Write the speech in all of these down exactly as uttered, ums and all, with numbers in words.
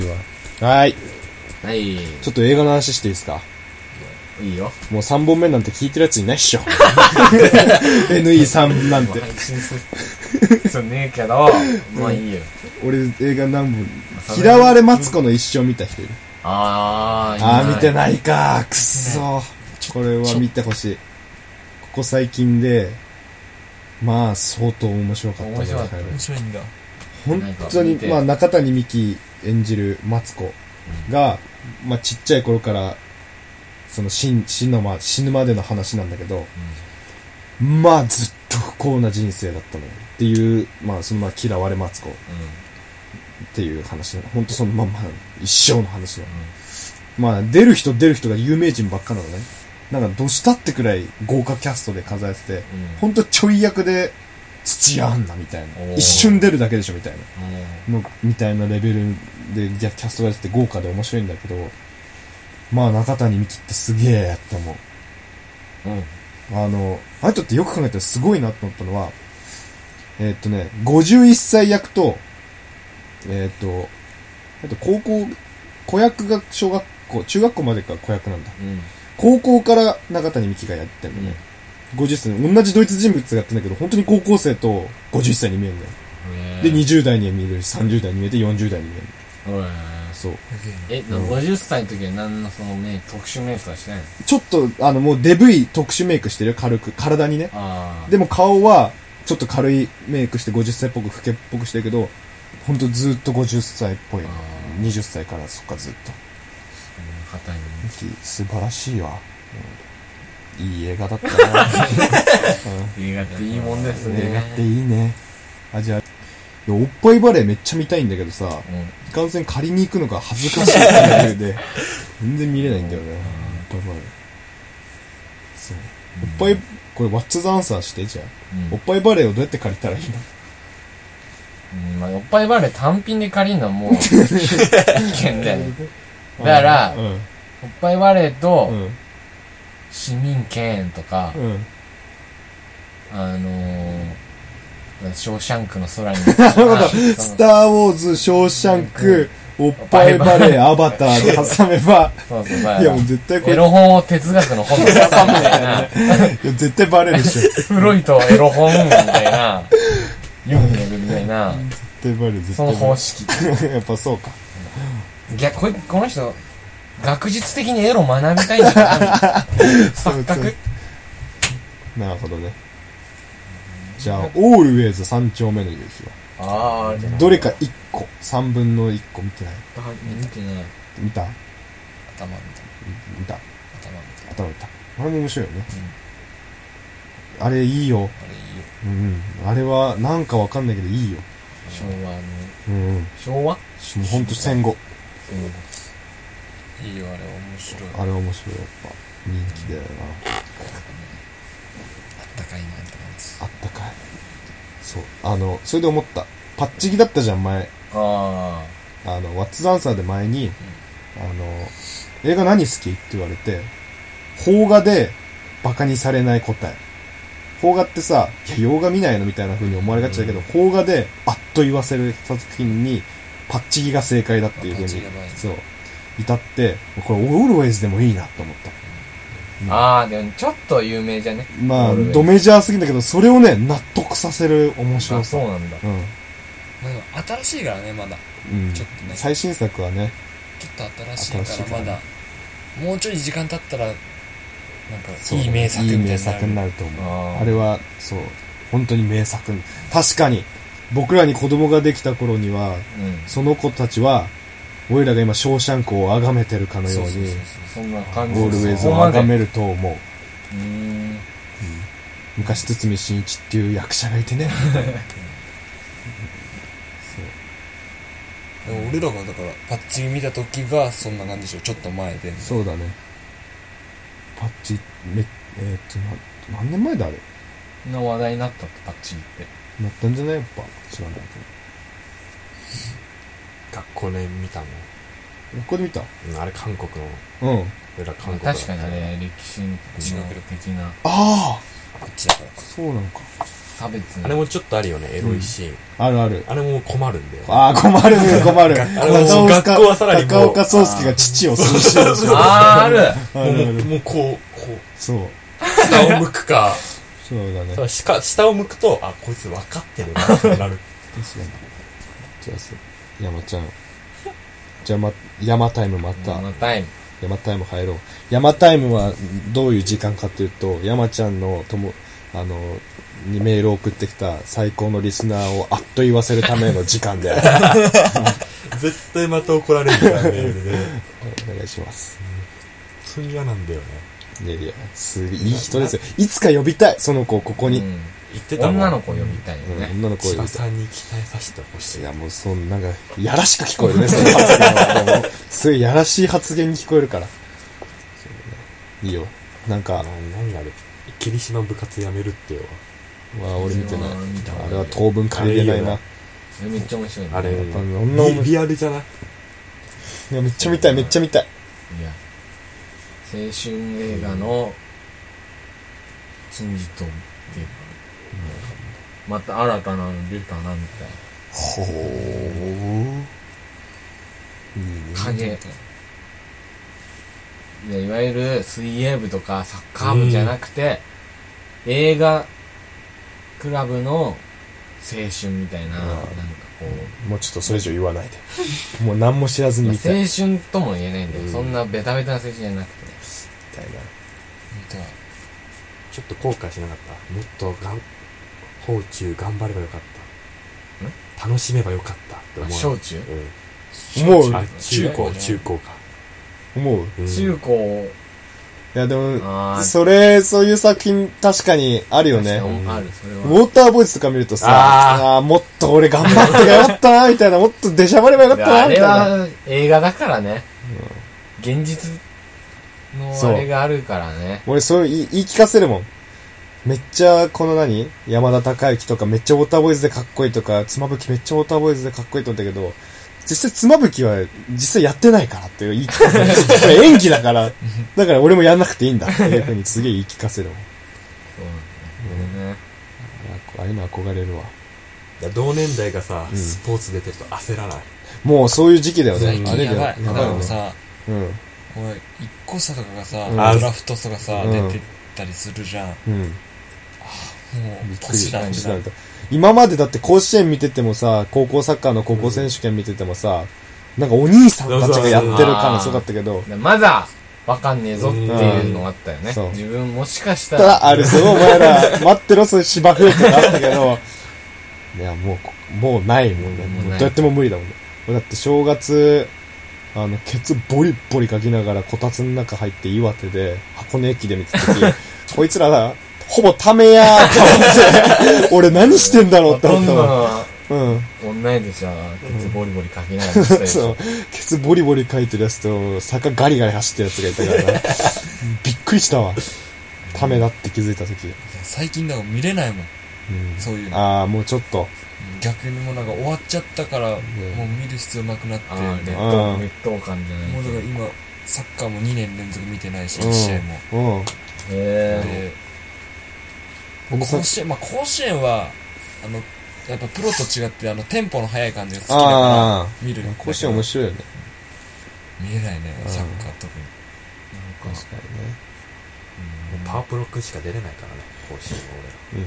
はい。 はい。 ちょっと映画の話していいですか？ いいよ。 もうさんぼんめなんて聞いてるやついないっしょ。エヌイースリー なんて。 配信する。そうねえけど、まあいいよ。 俺映画何本、嫌われマツコの一生見た人いる？ あー、 あー見てないか。くっそ。これは見てほしい。ここ最近で、まあ相当面白かった。 面白かった。 面白いんだ。 本当に、まあ中谷美紀演じるマツコが、うん、まあちっちゃい頃からその死死のま死ぬまでの話なんだけど、うん、まあずっと不幸な人生だったのよっていう、まあそのまあ嫌われマツコっていう話なの。本当そのまんま一生の話なの。うん、まあ出る人出る人が有名人ばっかなのね。なんかどしたってくらい豪華キャストで数えてて、うん、本当ちょい役で土屋アンナみたいな、一瞬出るだけでしょみたいなのみたいなレベルでキャストが出てて豪華で面白いんだけど、まあ中谷美紀ってすげえって思う。うん、あのあの人ってよく考えたらすごいなと思ったのは、えー、っとねごじゅういっさい役とえー、っとあと高校子役が小学校中学校までか子役なんだ。うん、高校から中谷美紀がやってんのね。うん、ごじゅっさい同じ同一人物がやってんだけど本当に高校生とごじゅっさいに見えるんだよ。でにじゅう代に見えるしさんじゅう代に見えてよんじゅう代に見える。そう。 え、うん、ごじゅっさいの時は何のそのメイク特殊メイクはしてないの？ ちょっとあのもうデブい特殊メイクしてるよ軽く体にね。あでも顔はちょっと軽いメイクしてごじゅっさいっぽく老けっぽくしてるけど本当ずっとごじゅっさいっぽい。にじゅっさいからそっかずっと。素晴らしいわ。うん、いい映画だったな。 うん、映画っていいもんですね。 映画っていいね。あじゃあおっぱいバレーめっちゃ見たいんだけどさ、うん、いかんせん借りに行くのが恥ずかしいレベルで全然見れないんだよね。おっぱいバレー。そう。おっぱいこれワッツザアンサーしてじゃあ、うん、おっぱいバレーをどうやって借りたらいいの？ うんまあ、おっぱいバレー単品で借りるのはもう危険だよね。だから、うん、おっぱいバレーと、うん、市民権とか、うん、あのー、ショーシャンクの空にスターウォーズ、ショーシャンク、おっぱいバレー、アバターで挟めば、 そうそういやもう絶対これエロ本を哲学の本で挟むみたいな。いや絶対バレるでしょ。 フロイトエロ本みたいな。読んでるみたいな。 絶対バレる、絶対バレる。その方式。 やっぱそうか。 逆、こ, この人、学術的にエロ学びたいんじゃない錯覚なるほどね。じゃあ、オールウェイズ三丁目の夕日は。ああ、どれかいっこ、さんぶんのいっこ見てない？ 見てない。 見た？ 頭見た。 見た。 頭見た。 頭見た。あれも面白いよね。うん、あれいいよ。あれいいよ。うん。あれはなんかわかんないけどいいよ。 昭和の。 うん。 昭和？もうほんと戦後。 うん。いいよ、あれ面白い。 あれ面白い、やっぱ。人気だよな。 あったかいなって感じ。 あったかい。そう。あの、それで思った。パッチギだったじゃん、前。 ああ。あの、ワッツアンサーで前に、うん、あの、映画何好きって言われて、邦画でバカにされない答え。邦画ってさ、いや、洋画見ないのみたいな風に思われがちだけど、うん、邦画であっと言わせる作品に、パッチギが正解だっていう風に、そう、至って、これ、オールウェイズでもいいなと思った。 うん、ああ、でもちょっと有名じゃね。 まあ、ドメジャーすぎんだけど、それをね、納得させる面白さ。 そうなんだ。 うん。 まあ、新しいからね、まだ。うん。ちょっとね。 最新作はね。 ちょっと新しいから、まだ、もうちょい時間経ったら、なんか、いい名作みたいになる。いい名作になると思う。あ, あれは、そう、本当に名作。確かに、僕らに子供ができた頃には、うん、その子たちは、俺らが今ショーシャンクを崇めてるかのようにそんな感じオールウェイズを崇めると思う。うーん、うん、昔堤真一っていう役者がいてねそうでも俺らがだからパッチ見た時がそんな感じでしょ。ちょっと前で。 そうだね。パッチめえー、っとな何年前だあれの話題になったってパッチってなったんじゃない？やっぱ知らないけど学校で見たの。 学校で見た？ うん、あれ韓国の。うん。 俺ら韓国確かにあれ歴史的な。 ああ。 こっちだから。 そうなのか。 差別にあれもちょっとあるよね、エロいシーン。 あるある。 あれも困るんだよ。 ああ、困るね、困る。 あれも学校はさらにもう高岡壮介が父を吸うシーンでしょ。 あー、あるもう、もう、もうこう、こう、 そう。 下を向くか、 そうだね。 ただ下下を向くと、あ、こいつ分かってるな、ってなる。 確かに。じゃあさ、山ちゃん。じゃあま、山タイムまた。 山タイム。 山タイム入ろう。山タイムはどういう時間かというと、山ちゃんのとも、あの、にメールを送ってきた最高のリスナーをあっと言わせるための時間である。 絶対また怒られるから、メールで。 お願いします。 本当に嫌なんだよね。 いやいや、すげえいい人ですよ。いつか呼びたい、その子をここに。うん、 言ってたもん。 女の子呼びたいよね。 うん、女の子を呼びたい。 千葉さんに期待させてほしい。 いや、もうそんなんか、やらしく聞こえるね、その発言は。もうすごいやらしい発言に聞こえるから。いいよ。なんか。 何あれ霧島部活やめるってよ。 わあ、俺見てない。あれは当分借りれないな。 めっちゃ面白いね。 あれ、 リ, リアルじゃない？ いや、めっちゃ見たい、めっちゃ見たい。 いや、青春映画の金字塔っていうか、また新たなの出たな、みたいな。 ほー。いいね。 影。いわゆる水泳部とかサッカー部じゃなくて、映画クラブの青春みたいな、なんかこう。 もうちょっとそれ以上言わないで。もう何も知らずに見たい。 青春とも言えないんだよ。うん、そんなベタベタな青春じゃなくて。 みたいな。 ちょっと後悔しなかった。もっとがん、放中頑張ればよかった。楽しめばよかったって思う。 小中？ うん。もう、 中高、中高か。 思う、 うん、中高。 いやでも、それ、そういう作品確かにあるよね。 うん、ある、それは。 ウォーターボーイズとか見るとさ、ああ、もっと俺頑張ってがよかったな、みたいな、もっと出しゃばればよかったな、みたいな。 あれは映画だからね。うん、現実のあれがあるからね。 俺そう言い聞かせるもん。めっちゃ、この何山田孝之とかめっちゃウォーターボーイズでかっこいいとか、妻夫木めっちゃウォーターボーイズでかっこいいと思ったけど、実際妻夫木は実際やってないからって言い聞かせる。これ演技だから、だから俺もやんなくていいんだっていう風にすげえ言い聞かせるもん。 そうなんだよね。 ああいうの憧れるわ。 いや同年代がさ、うん、スポーツ出てると焦らない。 もうそういう時期だよね。 最近やばい。 あれだからもさ、 うん。 俺、一個差とかがさ、 うん、 ドラフトとかさ、うん、出てたりするじゃん。 うん。 もう、年だんだ。 今までだって甲子園見ててもさ、高校サッカーの高校選手権見ててもさ、なんかお兄さんたちがやってる感がすごかったけど。 まだ、わかんねえぞっていうのがあったよね。うん、自分もしかしたら。 たあるぞ、お前ら、待ってろ、そういう芝生とかあったけど。いや、もう、もうないもんね。もうどうやっても無理だもんね。だって正月、あの、ケツボリボリかきながらこたつの中入って岩手で箱根駅で見てた時、こいつらだ、ほぼためやーと思って、俺何してんだろうって思ったわ。うん。 女でじゃあ、ケツボリボリかきながらしたでしょ。 そう。ケツボリボリかいてるやつと、坂ガリガリ走ってるやつがいたからな。びっくりしたわ。ためだって気づいた時。 最近だから見れないもん。うん、そういうの。 ああ、もうちょっと。 逆にもうなんか終わっちゃったから、もう見る必要なくなって、 劣等、劣等感じゃない。 もうだから今、サッカーもにねん連続見てないし、いち試合も。 うん。 へえ。僕甲子園、まあ甲子園は、あの、やっぱプロと違って、あの、テンポの速い感じが好きだから、見る。 甲子園面白いよね。 見えないね、サッカー特に。 確かにね。 うん、パワープロくんしか出れないからね、甲子園は俺ら。うん。うん。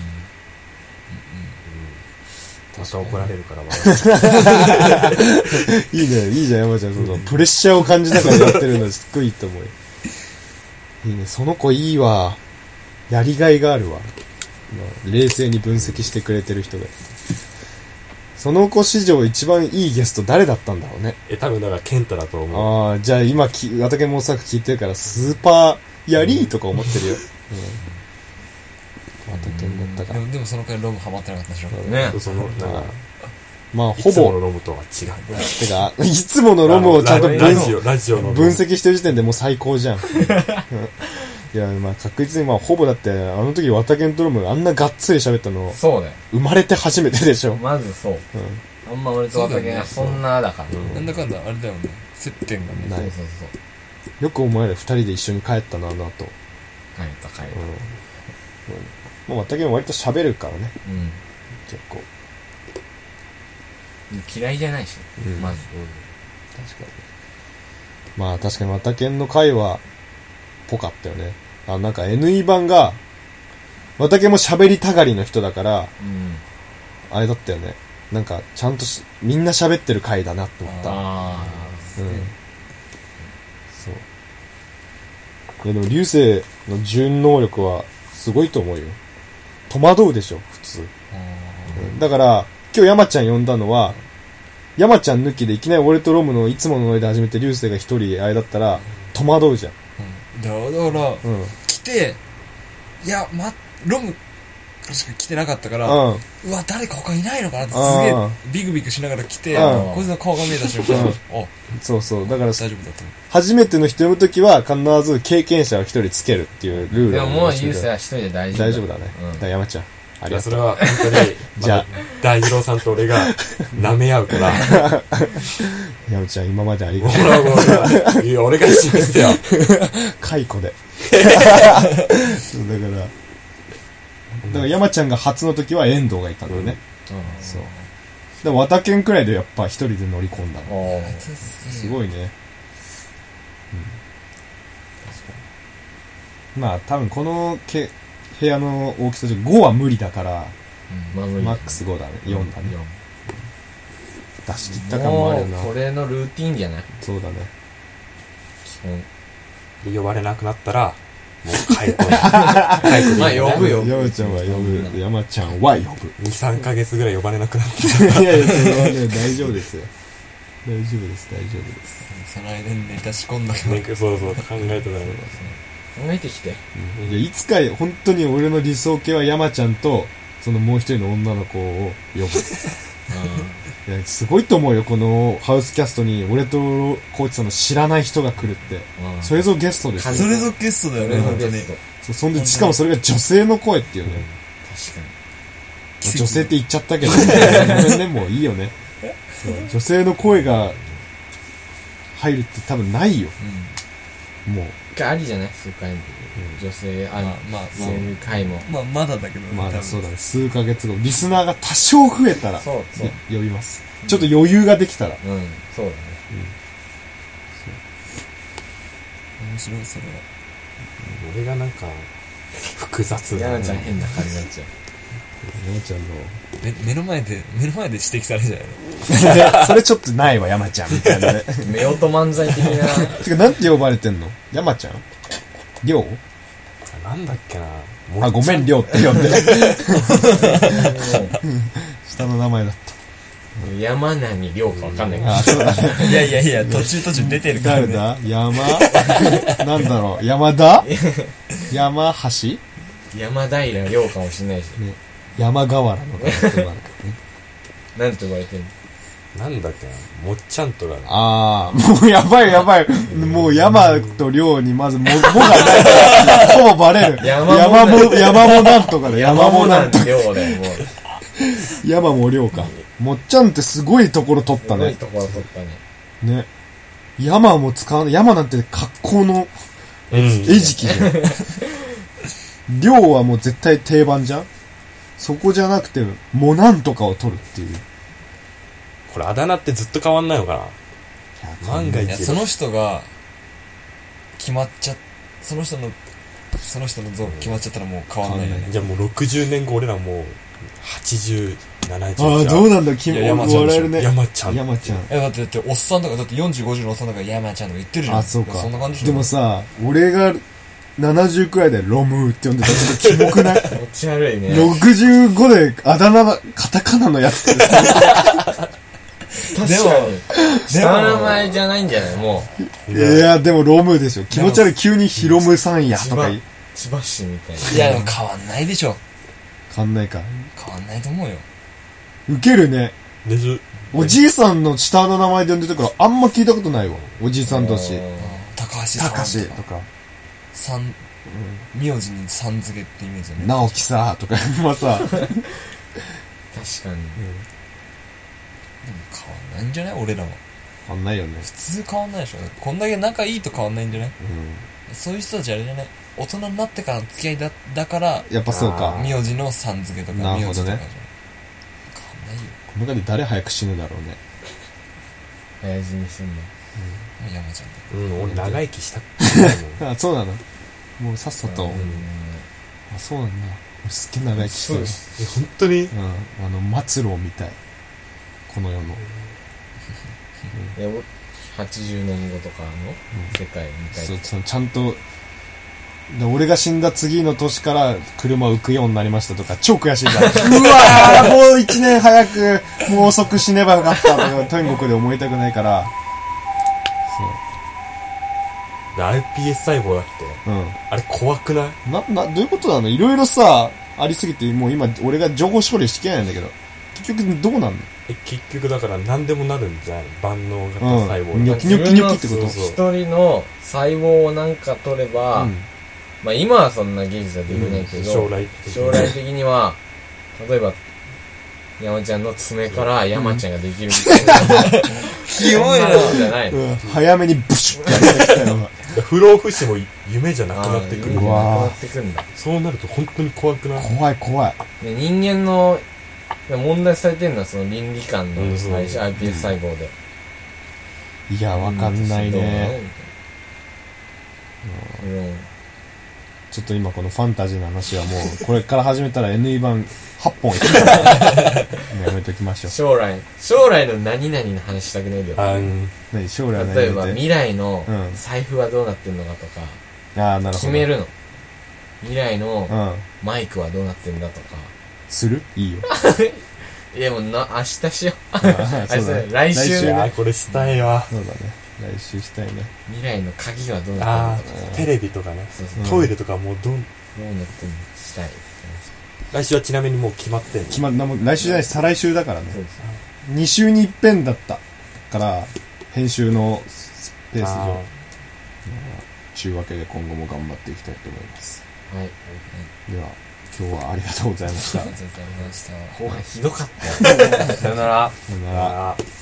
また怒られるからいいね、いいじゃん、山ちゃん。その、プレッシャーを感じながらやってるのすっごいいいと思うよ。いいね、その子いいわ。やりがいがあるわ。冷静に分析してくれてる人がいて。その子史上一番いいゲスト誰だったんだろうね。 え、多分だから健太だと思う。ああ、じゃあ今き、私もおそらく聞いてるから、スーパーやりーとか思ってるよ。うん。また健だったから。 でも、でもその回ロムハマってなかったでしょ。 ね。 その、なんか、 まあ、ほぼ。 いつものロムとは違う。 てか、いつものロムをちゃんと分析、 ラジオの分析してる時点でもう最高じゃん。いや、まあ確実にまあほぼだって、あの時綿健とロムがあんながっつり喋ったの、 そうだよ。 生まれて初めてでしょ。 まずそう。うん。あんま俺と綿健がそんなだから。 なんだかんだあれだよね。接点がね。 ない。 そうそうそう。 よくお前ら二人で一緒に帰ったな、あの後。 帰った帰った。 まあ、またけも割と喋るからね。 うん。 結構。 嫌いじゃないし、うん、まず。 確かに。まあ確かにまたけんの回は、ぽかったよね。あ、なんか エヌイー 版が、またけも喋りたがりの人だから、うん、あれだったよね。なんか、ちゃんとし、みんな喋ってる回だなって思った。ああ、うん。そう。いやでも、流星の純能力は、すごいと思うよ。戸惑うでしょ、普通。うん、だから、今日山ちゃん呼んだのは、山ちゃん抜きでいきなり俺とロムのいつものノリで始めて流星が一人あれだったら、戸惑うじゃん。 うん、だから、うん、来て、いや、ま、ロム、しか来てなかったから、うん、うわ、誰か他いないのかなってすげえビクビクしながら来て、こいつの顔が見えた瞬間、うん、あ、 そうそう、だから大丈夫だと思う。 初めての人呼ぶときは必ず経験者を一人つけるっていうルール。 でももう流星は一人で大丈夫だ。 大丈夫だね。うん、だから山ちゃん。ありがとう。 それは本当に、じゃあ、大二郎さんと俺が舐め合うから。 山ちゃん、今までありがとう。 ほらほら、いや、俺が示してよ。 解雇で。だから、だから山ちゃんが初の時は遠藤がいたんだよね。うんうん、そう。でも、綿剣くらいでやっぱ一人で乗り込んだの。すごいね。うん。確かに。まあ、多分このけ、部屋の大きさじゃごは無理だから、うんまあ、マックスごだね。よんだね。よん出し切った感もあるよな。 これのルーティンじゃない？ そうだね。 基本。呼ばれなくなったら、もう解雇。解雇でいい、ね。 まあ呼ぶよ。 山ちゃんは呼ぶ。山ちゃんは呼ぶ。 に、さんかげつぐらい呼ばれなくなった。 いやいや、それはね、大丈夫ですよ。大丈夫です、大丈夫です。 その間にネタ仕込んだけど。 ね、そうそう、考えてたらね。 考えてきて。 うん、いや、いつか、本当に俺の理想系は山ちゃんと、そのもう一人の女の子を呼ぶ。いやすごいと思うよ、このハウスキャストに俺とコーチさんの知らない人が来るって。それぞゲストですよ。 それぞゲストだよね、本当に。 そう、そんで、しかもそれが女性の声っていうね。 確かに。女性って言っちゃったけど、ごめんね、もういいよね。そう女性の声が入るって多分ないよ。うん、もう。 ありじゃない数回も。女性、あ、まあ、まあ、そういう回も。 まあ、まだだけどね。 まあ、そうだね。数ヶ月後、リスナーが多少増えたら、そうそう呼びます。うん、ちょっと余裕ができたら。うん、 そうだね。 うん。面白い、それは。 俺がなんか、複雑だね。山ちゃん変な感じになっちゃう。 山ちゃんの目、目の前で、目の前で指摘されるじゃないのそれちょっとないわ、山ちゃんみたいなね。 夫婦漫才的な。 てか、なんて呼ばれてんの？山ちゃん？りょう？ なんだっけな。 あ、ごめん、りょうって呼んで。下の名前だった。 山何りょうかわかんないけど。 あ、そうだね。 いやいやいや、途中途中出てるからね。 誰だ？山なんだろう、山田山橋山平りょうかもしれないし。ね、 山河原の方がってね。 なんて呼ばれてんの？ なんだっけな、もっちゃんとか。 ああ、もうやばいやばい。もう山と寮にまずも、もがないから、ほぼバレる。山も、山もなんとかだ。山もなんとか。 寮だよ、もう。 山も寮か。もっちゃんってすごいところ取ったね。 すごいところ取ったね。 ね。山も使わない。山なんて格好の餌食じゃん。寮はもう絶対定番じゃん。そこじゃなくて、もなんとかを取るっていう。 これあだ名ってずっと変わんないのかな。万が一その人が決まっちゃその人のその人の像決まっちゃったらもう変わんないよね。 じゃあもうろくじゅうねんご俺らもうはちじゅうななじゅうああどうなんだ決ま山ちゃんでしょ。 山ちゃん山ちゃんえだってだっておっさんとかだってよんじゅうごじゅうのおっさんとか山ちゃんとか言ってるじゃん。 あそうか。 そんな感じでもさ俺がななじゅうくらいでロムーって呼んでたらちょっとキモくない気持ち悪いね。 ろくじゅうごであだ名カタカナのやつってさでも、下の名前じゃないんじゃないもう。いや、でもロムでしょ。気持ち悪い。急にヒロムさんやとか言う。 千葉市みたいな。 いや、でも変わんないでしょ。 変わんないか。 変わんないと思うよ。 ウケるね。 でしおじいさんの下の名前で呼んでたからあんま聞いたことないわ。おじいさん同士。 高橋さん高橋とか。 さん、名字にさん付けってイメージだね。 直樹さとか、まあさ。 確かに。 でも変わんないんじゃない俺らは。 変わんないよね。 普通変わんないでしょ。こんだけ仲いいと変わんないんじゃない？ うん。 そういう人たちあれじゃない？大人になってからの付き合いだ、だから、 やっぱそうか。 名字のさん付けとか、 なるほどね。 名字とかじゃない。変わんないよ。 この中で誰早く死ぬだろうね。 親父にすんの。 もう山ちゃんだ。 うん、俺長生きしたくないもん。 あ、そうなの。もうさっさと。 うんあ、そうなんだ。俺すっげえ長生きしてる。 え、本当に？ うん。あの、末路みたい。この世の。 いや、はちじゅうねんごとかの世界みたいそう、そのちゃんと、で俺が死んだ次の年から車浮くようになりましたとか超悔しいからうわーもう一年早くもう遅く死ねばよかったとか天国で思いたくないからで アイピーエス 細胞だって。 そう、うん、 あれ怖くない？ な、な、どういうことなの？いろいろさありすぎてもう今俺が情報処理しきれないんだけど結局どうなんの？ え、結局だから何でもなるんじゃない？万能型細胞うん、ニだョキニョキニョキってこと？ そうそう一人の細胞をなんか取れば、 うん、 まあ今はそんな技術はできないけど、 将来的に将来的には、例えば、山ちゃんの爪から山ちゃんができるみたいな。キモいな。じゃないの。 うん、早めにブシュッてやってきたよ不老不死も夢じゃなくなってくる。 夢じゃなくなってくんだ。 そうなると本当に怖くない？ 怖い怖い。 で人間の問題されてるのはその倫理観の最初、 うん、 アイピーエス 細胞で。 いやわかんないね。 うんちょっと今このファンタジーの話はもうこれから始めたら エヌイー 版はっぽんいくからやめときましょう。 将来、将来の何々の話したくないんだよ。 あー、うん、 何将来の例えば未来のうん財布はどうなってんのかとか、 ああなるほど決めるの。未来のうんマイクはどうなってんだとか。 するいいよいやもうな、明日しよう。 あーそうだね来週来週ねいやこれしたいわ。 そうだね来週したいね。 未来の鍵はどうなあってんだとか。 ー、テレビとかね、 そうそう。 うんトイレとかもうどん、 どうなってんのしたい。 来週はちなみにもう決まってんの？ 決まっなもう来週じゃない再来週だからねそうです。 に週に一遍だったから編集のスペースあ上ちゅうわけで今後も頑張っていきたいと思います。 はい。 では今日はありがとうございました。 ありがとうございました。 後半ひどかったよ。さよなら。 さよなら。 あー